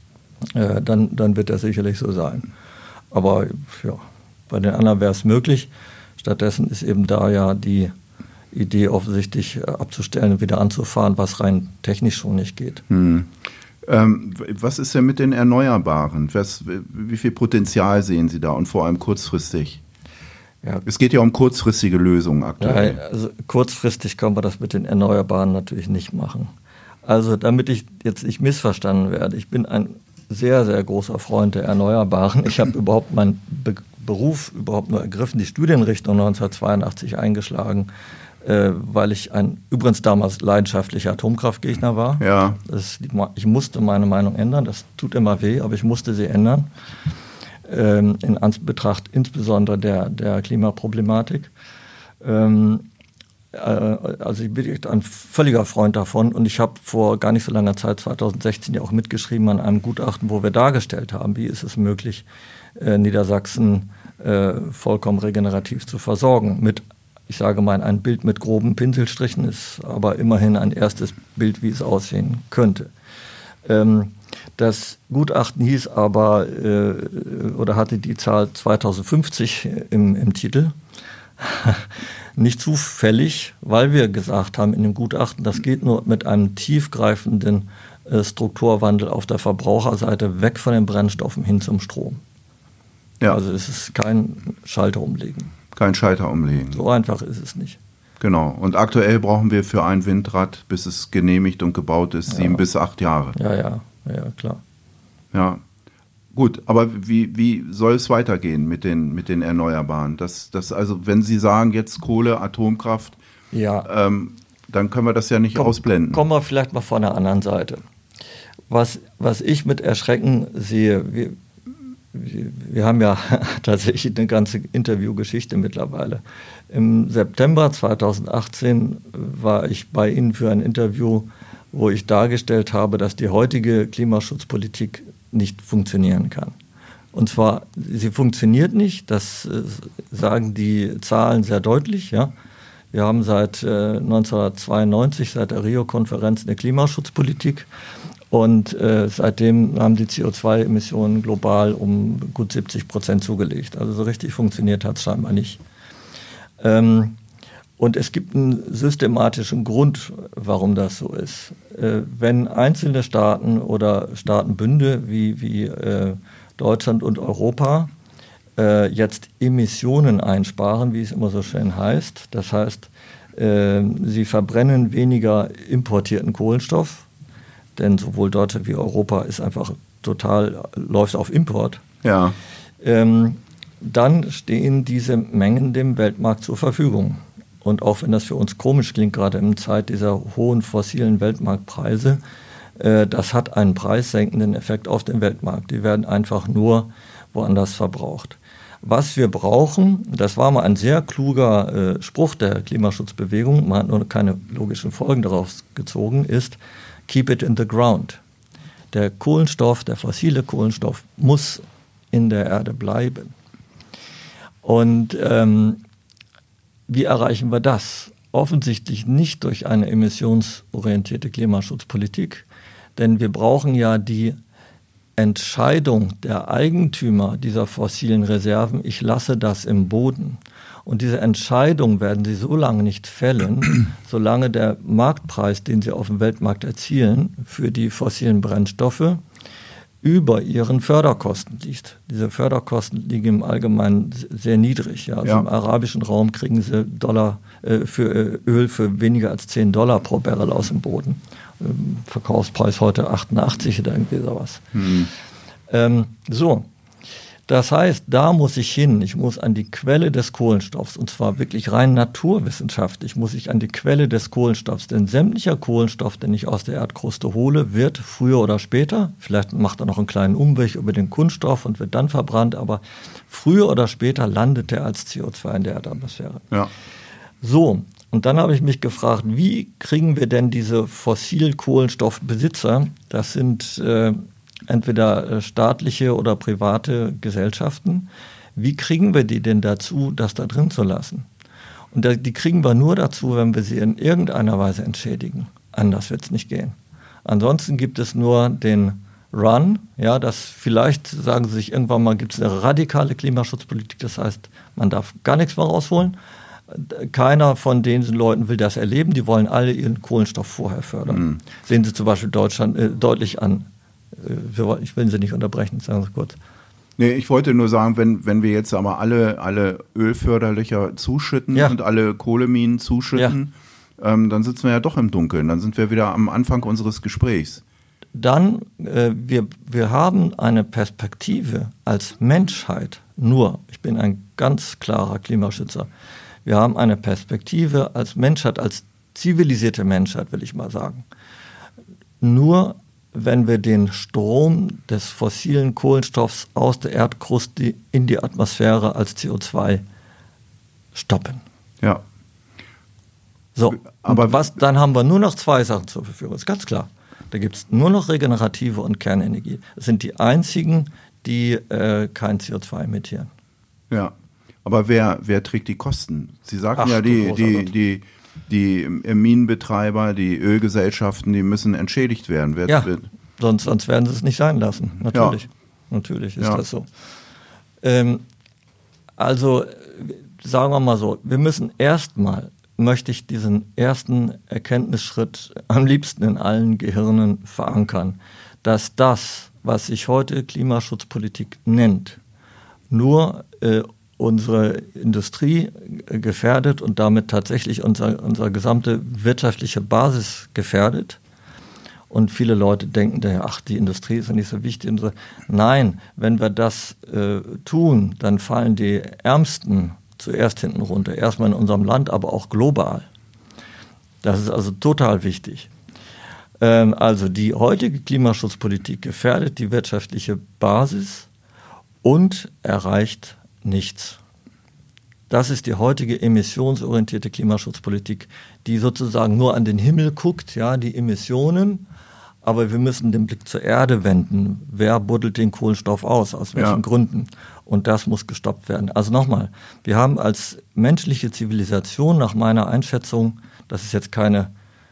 äh, dann, dann wird das sicherlich so sein. Aber ja, bei den anderen wäre es möglich. Stattdessen ist eben da ja die Idee offensichtlich abzustellen und wieder anzufahren, was rein technisch schon nicht geht. Hm. Ähm, was ist denn mit den Erneuerbaren? Was, wie viel Potenzial sehen Sie da und vor allem kurzfristig? Ja. Es geht ja um kurzfristige Lösungen aktuell. Ja, also kurzfristig können wir das mit den Erneuerbaren natürlich nicht machen. Also damit ich jetzt nicht missverstanden werde, ich bin ein sehr, sehr großer Freund der Erneuerbaren. Ich habe überhaupt meinen Be- Beruf überhaupt nur ergriffen, die Studienrichtung neunzehnhundertzweiundachtzig eingeschlagen, äh, weil ich ein übrigens damals leidenschaftlicher Atomkraftgegner war. Ja. Das, ich musste meine Meinung ändern, das tut immer weh, aber ich musste sie ändern, ähm, in Anbetracht insbesondere der, der Klimaproblematik. Ähm, äh, also ich bin ein völliger Freund davon und ich habe vor gar nicht so langer Zeit, zweitausendsechzehn, ja auch mitgeschrieben an einem Gutachten, wo wir dargestellt haben, wie ist es möglich, äh, Niedersachsen äh, vollkommen regenerativ zu versorgen. Mit, ich sage mal, ein Bild mit groben Pinselstrichen ist aber immerhin ein erstes Bild, wie es aussehen könnte. Ähm, Das Gutachten hieß aber, äh, oder hatte die Zahl zweitausendfünfzig im, im Titel. Nicht zufällig, weil wir gesagt haben in dem Gutachten, das geht nur mit einem tiefgreifenden äh, Strukturwandel auf der Verbraucherseite weg von den Brennstoffen hin zum Strom. Ja. Also es ist kein Schalter umlegen. Kein Schalter umlegen. So einfach ist es nicht. Genau. Und aktuell brauchen wir für ein Windrad, bis es genehmigt und gebaut ist, ja. sieben bis acht Jahre. Ja, ja, ja, klar. Ja. Gut, aber wie, wie soll es weitergehen mit den, mit den Erneuerbaren? Das, das, also wenn Sie sagen jetzt Kohle, Atomkraft, ja. ähm, dann können wir das ja nicht Komm, ausblenden. Kommen wir vielleicht mal von der anderen Seite. Was, was ich mit Erschrecken sehe, wir, wir, wir haben ja tatsächlich eine ganze Interviewgeschichte mittlerweile. Im September zweitausendachtzehn war ich bei Ihnen für ein Interview, wo ich dargestellt habe, dass die heutige Klimaschutzpolitik nicht funktionieren kann. Und zwar, sie funktioniert nicht, das äh, sagen die Zahlen sehr deutlich. Ja. Wir haben seit äh, neunzehnhundertzweiundneunzig, seit der Rio-Konferenz, eine Klimaschutzpolitik und äh, seitdem haben die C O zwei Emissionen global um gut siebzig Prozent zugelegt. Also so richtig funktioniert hat es scheinbar nicht. Ähm, Und es gibt einen systematischen Grund, warum das so ist. Äh, wenn einzelne Staaten oder Staatenbünde wie, wie äh, Deutschland und Europa äh, jetzt Emissionen einsparen, wie es immer so schön heißt, das heißt, äh, sie verbrennen weniger importierten Kohlenstoff, denn sowohl Deutschland wie Europa ist einfach total, läuft auf Import. Ja. Ähm, dann stehen diese Mengen dem Weltmarkt zur Verfügung. Und auch wenn das für uns komisch klingt, gerade in Zeit dieser hohen fossilen Weltmarktpreise, äh, das hat einen preissenkenden Effekt auf den Weltmarkt. Die werden einfach nur woanders verbraucht. Was wir brauchen, das war mal ein sehr kluger äh, Spruch der Klimaschutzbewegung, man hat nur keine logischen Folgen daraus gezogen, ist keep it in the ground. Der Kohlenstoff, der fossile Kohlenstoff muss in der Erde bleiben. Und ähm, wie erreichen wir das? Offensichtlich nicht durch eine emissionsorientierte Klimaschutzpolitik, denn wir brauchen ja die Entscheidung der Eigentümer dieser fossilen Reserven, ich lasse das im Boden. Und diese Entscheidung werden sie so lange nicht fällen, solange der Marktpreis, den sie auf dem Weltmarkt erzielen, für die fossilen Brennstoffe über ihren Förderkosten liegt. Diese Förderkosten liegen im Allgemeinen sehr niedrig. Ja. Also ja. Im arabischen Raum kriegen sie Dollar äh, für äh, Öl für weniger als zehn Dollar pro Barrel aus dem Boden. Ähm, Verkaufspreis heute achtundachtzig oder irgendwie sowas. Hm. Ähm, so, das heißt, da muss ich hin. Ich muss an die Quelle des Kohlenstoffs, und zwar wirklich rein naturwissenschaftlich, muss ich an die Quelle des Kohlenstoffs. Denn sämtlicher Kohlenstoff, den ich aus der Erdkruste hole, wird früher oder später, vielleicht macht er noch einen kleinen Umweg über den Kunststoff und wird dann verbrannt, aber früher oder später landet er als C O zwei in der Erdatmosphäre. Ja. So, und dann habe ich mich gefragt, wie kriegen wir denn diese Fossilkohlenstoffbesitzer, das sind äh, entweder staatliche oder private Gesellschaften, wie kriegen wir die denn dazu, das da drin zu lassen? Und die kriegen wir nur dazu, wenn wir sie in irgendeiner Weise entschädigen. Anders wird es nicht gehen. Ansonsten gibt es nur den Run, ja, das vielleicht, sagen sie sich irgendwann mal, gibt es eine radikale Klimaschutzpolitik, das heißt, man darf gar nichts mehr rausholen. Keiner von den Leuten will das erleben, die wollen alle ihren Kohlenstoff vorher fördern. Mhm. Sehen Sie zum Beispiel Deutschland äh, deutlich an. Ich will Sie nicht unterbrechen, sagen Sie kurz. Nee, ich wollte nur sagen, wenn, wenn wir jetzt aber alle, alle Ölförderlöcher zuschütten ja. und alle Kohleminen zuschütten, ja. ähm, dann sitzen wir ja doch im Dunkeln. Dann sind wir wieder am Anfang unseres Gesprächs. Dann, äh, wir, wir haben eine Perspektive als Menschheit nur, ich bin ein ganz klarer Klimaschützer, wir haben eine Perspektive als Menschheit, als zivilisierte Menschheit, will ich mal sagen, nur wenn wir den Strom des fossilen Kohlenstoffs aus der Erdkruste in die Atmosphäre als C O zwei stoppen. Ja. So, aber was, dann haben wir nur noch zwei Sachen zur Verfügung, ist ganz klar. Da gibt es nur noch regenerative und Kernenergie. Das sind die einzigen, die äh, kein C O zwei emittieren. Ja, aber wer, wer trägt die Kosten? Sie sagten Ach, ja, die, die, die Die Minenbetreiber, die Ölgesellschaften, die müssen entschädigt werden. Wer, ja, wird, Sonst, sonst werden sie es nicht sein lassen. Natürlich. Ja. Natürlich ist ja. das so. Ähm, also sagen wir mal so, wir müssen erstmal, möchte ich diesen ersten Erkenntnisschritt am liebsten in allen Gehirnen verankern, dass das, was sich heute Klimaschutzpolitik nennt, nur äh, unsere Industrie gefährdet und damit tatsächlich unser, unsere gesamte wirtschaftliche Basis gefährdet. Und viele Leute denken daher, ach, die Industrie ist ja nicht so wichtig. Nein, wenn wir das äh, tun, dann fallen die Ärmsten zuerst hinten runter. Erstmal in unserem Land, aber auch global. Das ist also total wichtig. Ähm, also die heutige Klimaschutzpolitik gefährdet die wirtschaftliche Basis und erreicht nichts. Das ist die heutige emissionsorientierte Klimaschutzpolitik, die sozusagen nur an den Himmel guckt, ja, die Emissionen, aber wir müssen den Blick zur Erde wenden. Wer buddelt den Kohlenstoff aus? Aus welchen ja. Gründen? Und das muss gestoppt werden. Also nochmal, wir haben als menschliche Zivilisation nach meiner Einschätzung, das ist jetzt keine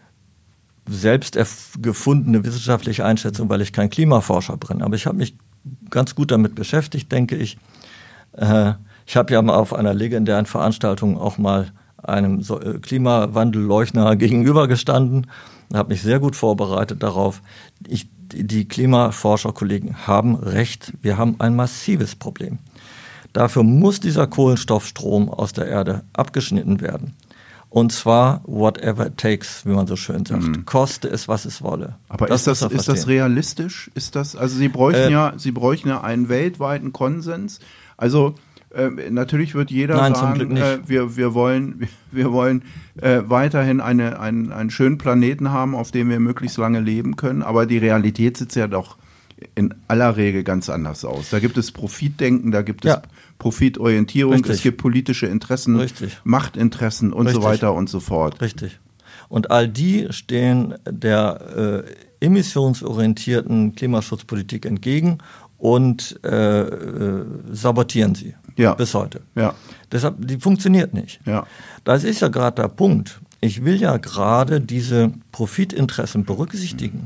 selbst gefundene wissenschaftliche Einschätzung, weil ich kein Klimaforscher bin, aber ich habe mich ganz gut damit beschäftigt, denke ich. Äh, ich habe ja mal auf einer legendären Veranstaltung auch mal einem so, äh, Klimawandelleugner gegenübergestanden und habe mich sehr gut vorbereitet darauf. Ich, die Klimaforscherkollegen haben recht, wir haben ein massives Problem. Dafür muss dieser Kohlenstoffstrom aus der Erde abgeschnitten werden. Und zwar whatever it takes, wie man so schön sagt. Mhm. Koste es, was es wolle. Aber das ist das, ist das realistisch? Ist das, also Sie bräuchten äh, ja, Sie bräuchten ja einen weltweiten Konsens. Also äh, natürlich wird jeder nein, sagen, zum Glück nicht. Äh, wir, wir wollen, wir wollen äh, weiterhin eine, einen, einen schönen Planeten haben, auf dem wir möglichst lange leben können. Aber die Realität sieht ja doch in aller Regel ganz anders aus. Da gibt es Profitdenken, da gibt es ja. Profitorientierung, Richtig. Es gibt politische Interessen, Richtig. Machtinteressen und Richtig. so weiter und so fort. Richtig. Und all die stehen der äh, emissionsorientierten Klimaschutzpolitik entgegen und äh, äh, sabotieren sie ja. bis heute. Ja. Deshalb, die funktioniert nicht. Ja. Das ist ja gerade der Punkt. Ich will ja gerade diese Profitinteressen berücksichtigen.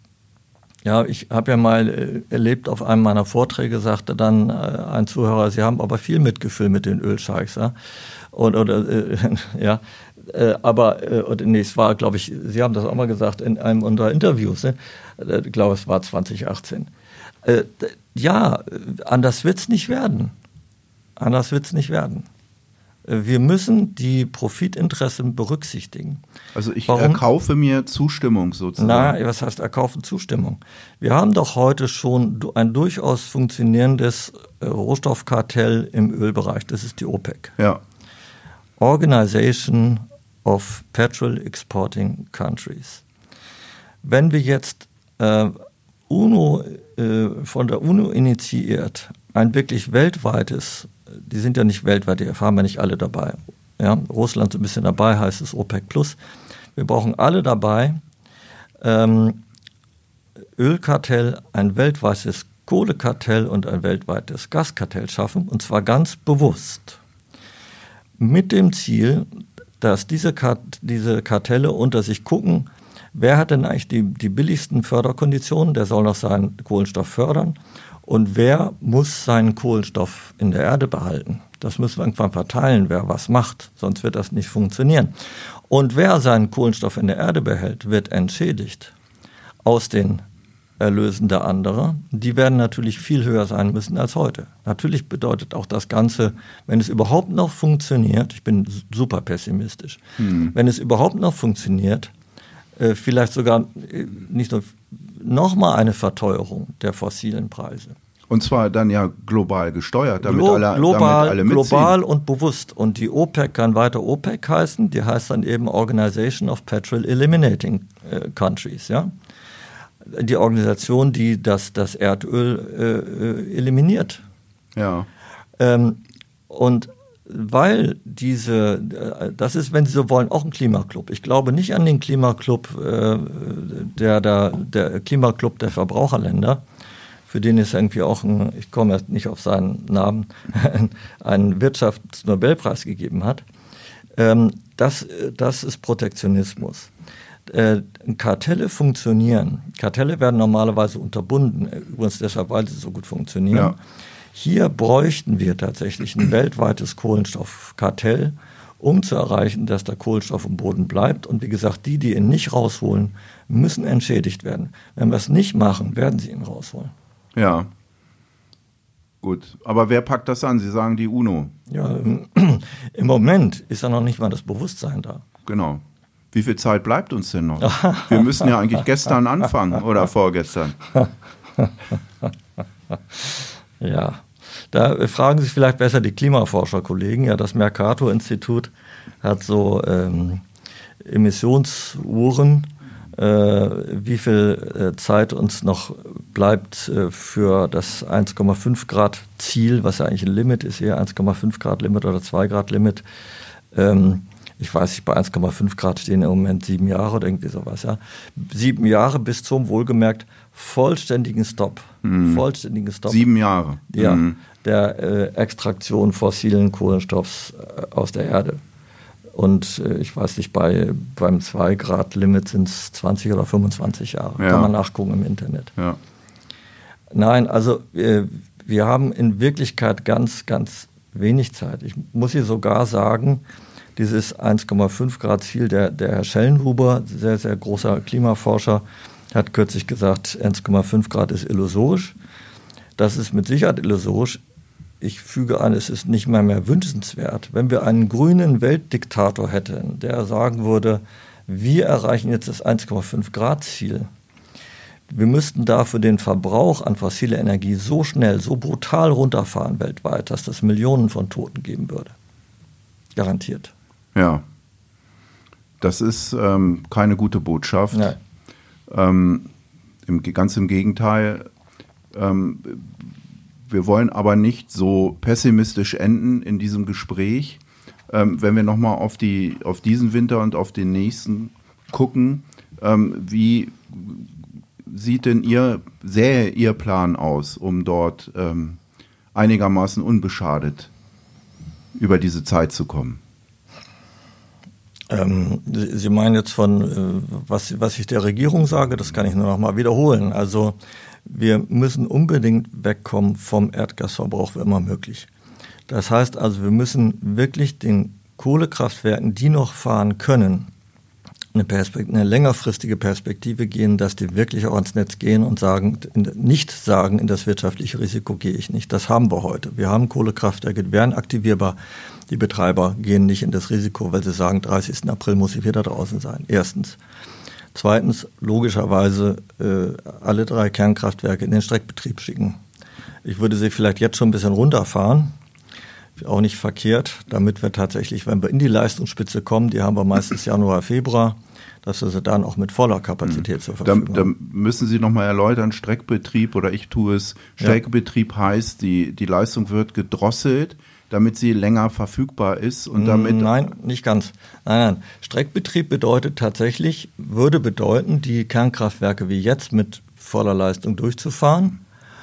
Ja, ich habe ja mal äh, erlebt, auf einem meiner Vorträge sagte dann äh, ein Zuhörer, Sie haben aber viel Mitgefühl mit den Ölscheichs, ja. Und, oder, äh, ja. Äh, aber, äh, oder, nee, es war, glaube ich, Sie haben das auch mal gesagt in einem unserer Interviews, ne? äh, ich glaube, es war zwanzig achtzehn. Äh, ja, anders wird es nicht werden. Anders wird es nicht werden. Wir müssen die Profitinteressen berücksichtigen. Also ich Warum? erkaufe mir Zustimmung sozusagen. Na, was heißt erkaufen Zustimmung? Wir haben doch heute schon ein durchaus funktionierendes Rohstoffkartell im Ölbereich. Das ist die OPEC. Ja. Organization of Petrol Exporting Countries. Wenn wir jetzt äh, UNO, äh, von der UNO initiiert ein wirklich weltweites, die sind ja nicht weltweit, die erfahren wir nicht alle dabei. Ja, Russland so ein bisschen dabei, heißt es OPEC Plus. Wir brauchen alle dabei. Ähm, Ölkartell, ein weltweites Kohlekartell und ein weltweites Gaskartell schaffen, und zwar ganz bewusst. Mit dem Ziel, dass diese, Kart- diese Kartelle unter sich gucken, wer hat denn eigentlich die, die billigsten Förderkonditionen, der soll noch seinen Kohlenstoff fördern. Und wer muss seinen Kohlenstoff in der Erde behalten? Das müssen wir irgendwann verteilen, wer was macht, sonst wird das nicht funktionieren. Und wer seinen Kohlenstoff in der Erde behält, wird entschädigt aus den Erlösen der anderen. Die werden natürlich viel höher sein müssen als heute. Natürlich bedeutet auch das Ganze, wenn es überhaupt noch funktioniert, ich bin super pessimistisch, hm. wenn es überhaupt noch funktioniert, äh, vielleicht sogar äh, nicht nur nochmal eine Verteuerung der fossilen Preise. Und zwar dann ja global gesteuert, damit Glo- alle, global, damit alle mitziehen. Global und bewusst. Und die OPEC kann weiter OPEC heißen, die heißt dann eben Organization of Petrol Eliminating äh, Countries. Ja? Die Organisation, die das, das Erdöl äh, eliminiert. Ja. Ähm, und weil diese, das ist, wenn Sie so wollen, auch ein Klimaklub. Ich glaube nicht an den Klimaklub, äh, der, der, der Klimaklub der Verbraucherländer, für den es irgendwie auch, ein, ich komme jetzt nicht auf seinen Namen, einen Wirtschaftsnobelpreis gegeben hat. Ähm, das, das ist Protektionismus. Äh, Kartelle funktionieren. Kartelle werden normalerweise unterbunden, übrigens deshalb, weil sie so gut funktionieren. Ja. Hier bräuchten wir tatsächlich ein weltweites Kohlenstoffkartell, um zu erreichen, dass der Kohlenstoff im Boden bleibt. Und wie gesagt, die, die ihn nicht rausholen, müssen entschädigt werden. Wenn wir es nicht machen, werden sie ihn rausholen. Ja, gut. Aber wer packt das an? Sie sagen die UNO. Ja, im Moment ist ja noch nicht mal das Bewusstsein da. Genau. Wie viel Zeit bleibt uns denn noch? Wir müssen ja eigentlich gestern anfangen oder vorgestern. Ja, da fragen sich vielleicht besser die Klimaforscherkollegen. Ja, das Mercator-Institut hat so ähm, Emissionsuhren, äh, wie viel äh, Zeit uns noch bleibt äh, für das eins Komma fünf Grad Ziel, was ja eigentlich ein Limit ist hier, eins Komma fünf Grad Limit oder zwei Grad Limit. Ähm, ich weiß nicht, bei eins Komma fünf Grad stehen im Moment sieben Jahre oder irgendwie sowas. Ja. Sieben Jahre bis zum wohlgemerkt vollständigen Stopp. Mhm. Vollständigen Stopp. Sieben Jahre. Ja, mhm. der äh, Extraktion fossilen Kohlenstoffs äh, aus der Erde. Und äh, ich weiß nicht, bei, beim zwei Grad Limit sind es zwanzig oder fünfundzwanzig Jahre. Ja. Kann man nachgucken im Internet. Ja. Nein, also äh, wir haben in Wirklichkeit ganz, ganz wenig Zeit. Ich muss hier sogar sagen, dieses eins Komma fünf Grad Ziel, der, der Herr Schellenhuber, sehr, sehr großer Klimaforscher, hat kürzlich gesagt, eins Komma fünf Grad ist illusorisch. Das ist mit Sicherheit illusorisch. Ich füge an, es ist nicht mal mehr wünschenswert. Wenn wir einen grünen Weltdiktator hätten, der sagen würde, wir erreichen jetzt das eins Komma fünf Grad Ziel. Wir müssten dafür den Verbrauch an fossiler Energie so schnell, so brutal runterfahren weltweit, dass das Millionen von Toten geben würde. Garantiert. Ja, das ist ähm, keine gute Botschaft. Nein. Ähm, im, ganz im Gegenteil. Ähm, wir wollen aber nicht so pessimistisch enden in diesem Gespräch. Ähm, wenn wir nochmal auf, die, auf diesen Winter und auf den nächsten gucken, ähm, wie sieht denn Ihr, sähe Ihr Plan aus, um dort ähm, einigermaßen unbeschadet über diese Zeit zu kommen? Ähm, Sie meinen jetzt von, äh, was, was ich der Regierung sage, das kann ich nur noch mal wiederholen. Also wir müssen unbedingt wegkommen vom Erdgasverbrauch, wenn immer möglich. Das heißt also, wir müssen wirklich den Kohlekraftwerken, die noch fahren können, eine, Perspekt- eine längerfristige Perspektive gehen, dass die wirklich auch ans Netz gehen und sagen, nicht sagen, in das wirtschaftliche Risiko gehe ich nicht. Das haben wir heute. Wir haben Kohlekraftwerke, die werden aktivierbar. Die Betreiber gehen nicht in das Risiko, weil sie sagen, dreißigsten April muss ich wieder draußen sein. Erstens. Zweitens, logischerweise äh, alle drei Kernkraftwerke in den Streckbetrieb schicken. Ich würde sie vielleicht jetzt schon ein bisschen runterfahren. Auch nicht verkehrt, damit wir tatsächlich, wenn wir in die Leistungsspitze kommen, die haben wir meistens Januar, Februar, dass wir sie dann auch mit voller Kapazität zur Verfügung da, haben. Da müssen Sie nochmal erläutern, Streckbetrieb, oder ich tue es, Streckbetrieb ja. heißt, die, die Leistung wird gedrosselt, damit sie länger verfügbar ist und damit... Nein, nicht ganz. Nein, nein. Streckbetrieb bedeutet tatsächlich, würde bedeuten, die Kernkraftwerke wie jetzt mit voller Leistung durchzufahren.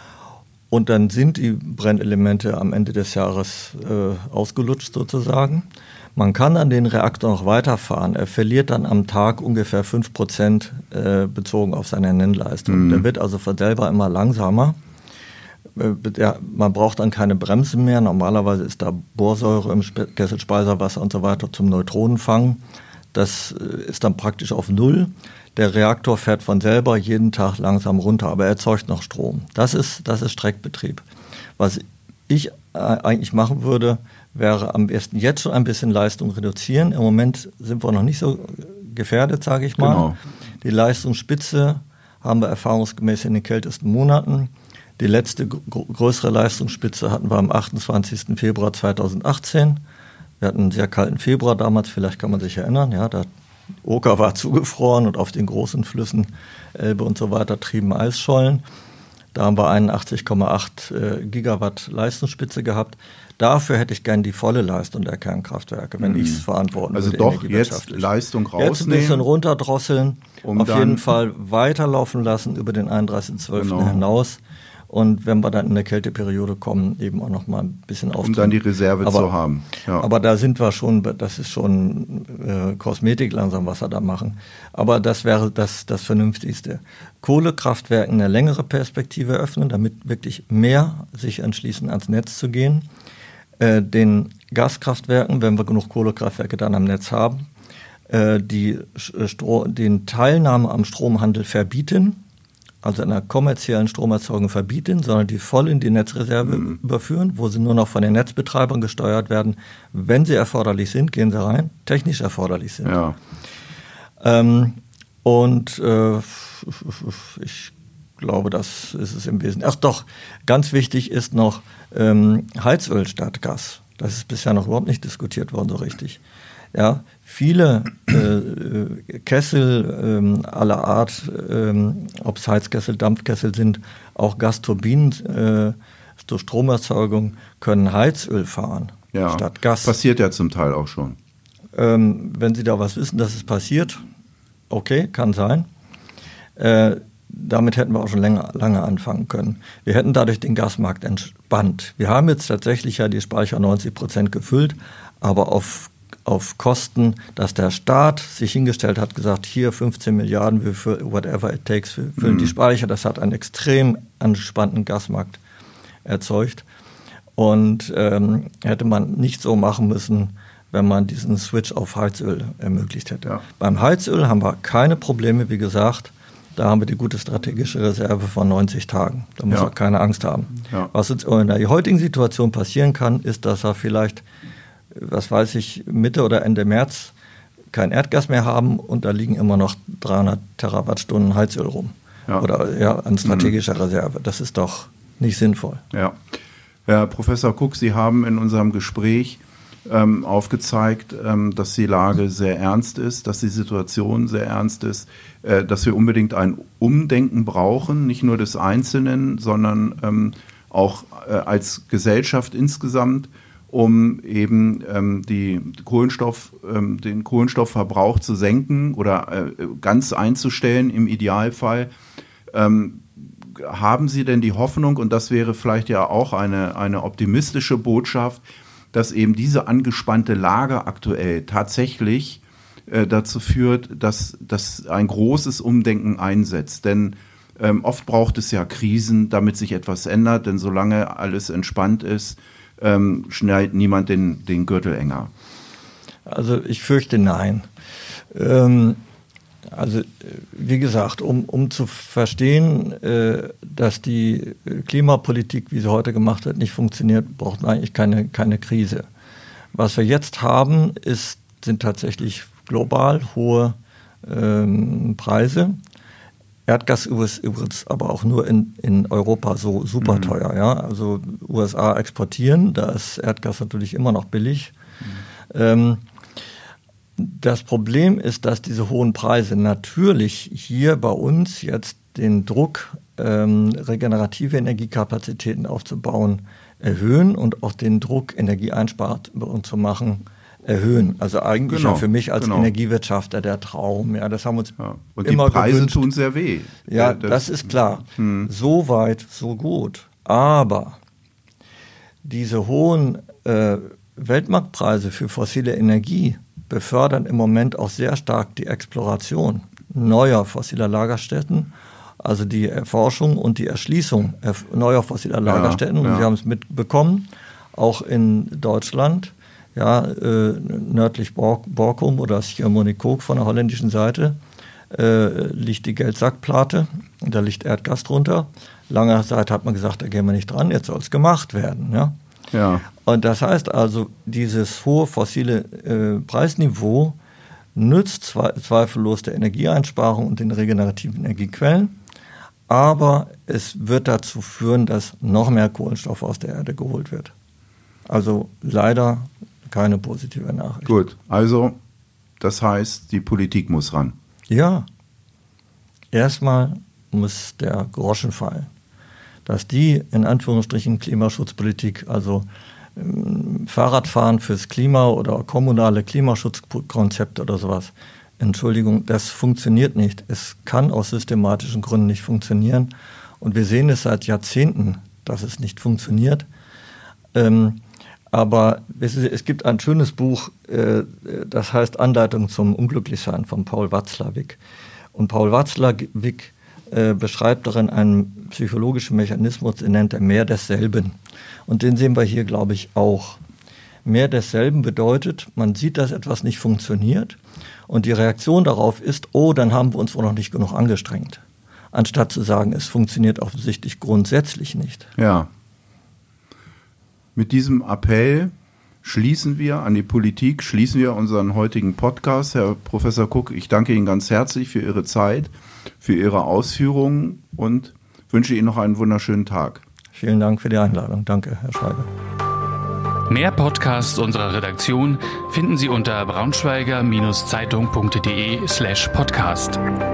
Und dann sind die Brennelemente am Ende des Jahres äh, ausgelutscht sozusagen. Man kann an den Reaktor noch weiterfahren. Er verliert dann am Tag ungefähr fünf Prozent äh, bezogen auf seine Nennleistung. Mhm. Der wird also von selber immer langsamer. Äh, ja, man braucht dann keine Bremsen mehr. Normalerweise ist da Borsäure im Spe- Kesselspeiserwasser und so weiter zum Neutronenfang. Das äh, ist dann praktisch auf Null. Der Reaktor fährt von selber jeden Tag langsam runter, aber er erzeugt noch Strom. Das ist, das ist Streckbetrieb. Was ich äh, eigentlich machen würde, wäre am besten jetzt schon ein bisschen Leistung reduzieren. Im Moment sind wir noch nicht so gefährdet, sage ich mal. Genau. Die Leistungsspitze haben wir erfahrungsgemäß in den kältesten Monaten. Die letzte gr- größere Leistungsspitze hatten wir am achtundzwanzigsten Februar zweitausendachtzehn. Wir hatten einen sehr kalten Februar damals, vielleicht kann man sich erinnern. Ja, da Oka war zugefroren und auf den großen Flüssen Elbe und so weiter trieben Eisschollen. Da haben wir einundachtzig Komma acht äh, Gigawatt Leistungsspitze gehabt. Dafür hätte ich gern die volle Leistung der Kernkraftwerke, wenn mhm. ich es verantworten also würde. Also doch jetzt Leistung rausnehmen. Jetzt ein bisschen runterdrosseln, um auf jeden Fall weiterlaufen lassen über den einunddreißigsten zwölften Genau. hinaus und wenn wir dann in der Kälteperiode kommen, eben auch noch mal ein bisschen aufdrehen. Um dann die Reserve aber, zu haben. Ja. Aber da sind wir schon, das ist schon äh, Kosmetik langsam, was wir da machen. Aber das wäre das, das Vernünftigste. Kohlekraftwerke eine längere Perspektive öffnen, damit wirklich mehr sich entschließen, ans Netz zu gehen. Äh, den Gaskraftwerken, wenn wir genug Kohlekraftwerke dann am Netz haben, äh, die Stro- den Teilnahme am Stromhandel verbieten, also einer kommerziellen Stromerzeugung verbieten, sondern die voll in die Netzreserve mhm. überführen, wo sie nur noch von den Netzbetreibern gesteuert werden. Wenn sie erforderlich sind, gehen sie rein, technisch erforderlich sind. Ja. Ähm, und äh, ich glaube, das ist es im Wesentlichen. Ach doch, ganz wichtig ist noch ähm, Heizöl statt Gas. Das ist bisher noch überhaupt nicht diskutiert worden so richtig. Ja, viele äh, Kessel ähm, aller Art, ähm, ob es Heizkessel, Dampfkessel sind, auch Gasturbinen äh, zur Stromerzeugung können Heizöl fahren ja, statt Gas. Passiert ja zum Teil auch schon. Ähm, wenn Sie da was wissen, dass es passiert, okay, kann sein. Äh, damit hätten wir auch schon länger, lange anfangen können. Wir hätten dadurch den Gasmarkt entspannt. Wir haben jetzt tatsächlich ja die Speicher neunzig Prozent gefüllt, aber auf auf Kosten, dass der Staat sich hingestellt hat, gesagt, hier fünfzehn Milliarden, wir für whatever it takes, wir füllen mhm. die Speicher. Das hat einen extrem angespannten Gasmarkt erzeugt. Und ähm, hätte man nicht so machen müssen, wenn man diesen Switch auf Heizöl ermöglicht hätte. Ja. Beim Heizöl haben wir keine Probleme, wie gesagt. Da haben wir die gute strategische Reserve von neunzig Tagen. Da muss ja. auch keine Angst haben. Ja. Was uns in der heutigen Situation passieren kann, ist, dass er vielleicht was weiß ich, Mitte oder Ende März kein Erdgas mehr haben und da liegen immer noch dreihundert Terawattstunden Heizöl rum. Ja. Oder ja, an strategischer mhm. Reserve. Das ist doch nicht sinnvoll. Ja. Herr Professor Cook, Sie haben in unserem Gespräch ähm, aufgezeigt, ähm, dass die Lage sehr ernst ist, dass die Situation sehr ernst ist, äh, dass wir unbedingt ein Umdenken brauchen, nicht nur des Einzelnen, sondern ähm, auch äh, als Gesellschaft insgesamt, um eben ähm, die Kohlenstoff, ähm, den Kohlenstoffverbrauch zu senken oder äh, ganz einzustellen im Idealfall. Ähm, haben Sie denn die Hoffnung, und das wäre vielleicht ja auch eine, eine optimistische Botschaft, dass eben diese angespannte Lage aktuell tatsächlich äh, dazu führt, dass, dass ein großes Umdenken einsetzt? Denn ähm, oft braucht es ja Krisen, damit sich etwas ändert, denn solange alles entspannt ist, Ähm, schneidet niemand den, den Gürtel enger? Also ich fürchte nein. Ähm, also wie gesagt, um, um zu verstehen, äh, dass die Klimapolitik, wie sie heute gemacht wird, nicht funktioniert, braucht man eigentlich keine, keine Krise. Was wir jetzt haben, ist, sind tatsächlich global hohe ähm, Preise. Erdgas ist übrigens aber auch nur in, in Europa so super teuer. Mhm. Ja? Also U S A exportieren, da ist Erdgas natürlich immer noch billig. Mhm. Ähm, das Problem ist, dass diese hohen Preise natürlich hier bei uns jetzt den Druck, ähm, regenerative Energiekapazitäten aufzubauen, erhöhen und auch den Druck, Energieeinsparungen zu machen, erhöhen. Also eigentlich genau, ja für mich als genau. Energiewirtschaftler der Traum. Ja, das haben wir uns ja. Und immer die Preise gewünscht. Tun sehr weh. Ja, das, das ist klar. Hm. So weit, so gut. Aber diese hohen äh, Weltmarktpreise für fossile Energie befördern im Moment auch sehr stark die Exploration neuer fossiler Lagerstätten, also die Erforschung und die Erschließung neuer fossiler Lagerstätten. Ja, ja. Und wir haben es mitbekommen, auch in Deutschland. Ja, äh, nördlich Bork, Borkum oder Schiermonnikoog von der holländischen Seite äh, liegt die Geldsackplate, da liegt Erdgas drunter. Lange Zeit hat man gesagt, da gehen wir nicht dran, jetzt soll es gemacht werden. Ja? Ja. Und das heißt also, dieses hohe fossile äh, Preisniveau nützt zwe- zweifellos der Energieeinsparung und den regenerativen Energiequellen, aber es wird dazu führen, dass noch mehr Kohlenstoff aus der Erde geholt wird. Also leider keine positive Nachricht. Gut, also das heißt, die Politik muss ran. Ja, erstmal muss der Groschen fallen. Dass die in Anführungsstrichen Klimaschutzpolitik, also ähm, Fahrradfahren fürs Klima oder kommunale Klimaschutzkonzepte oder sowas, Entschuldigung, das funktioniert nicht. Es kann aus systematischen Gründen nicht funktionieren. Und wir sehen es seit Jahrzehnten, dass es nicht funktioniert. Ähm, aber es, es gibt ein schönes Buch, äh, das heißt Anleitung zum Unglücklichsein von Paul Watzlawick. Und Paul Watzlawick äh, beschreibt darin einen psychologischen Mechanismus, den nennt er mehr desselben. Und den sehen wir hier, glaube ich, auch. Mehr desselben bedeutet, man sieht, dass etwas nicht funktioniert und die Reaktion darauf ist, oh, dann haben wir uns wohl noch nicht genug angestrengt. Anstatt zu sagen, es funktioniert offensichtlich grundsätzlich nicht. Ja. Mit diesem Appell schließen wir an die Politik, schließen wir unseren heutigen Podcast. Herr Professor Cook, ich danke Ihnen ganz herzlich für Ihre Zeit, für Ihre Ausführungen und wünsche Ihnen noch einen wunderschönen Tag. Vielen Dank für die Einladung. Danke, Herr Schweiger. Mehr Podcasts unserer Redaktion finden Sie unter braunschweiger Zeitung punkt de slash podcast.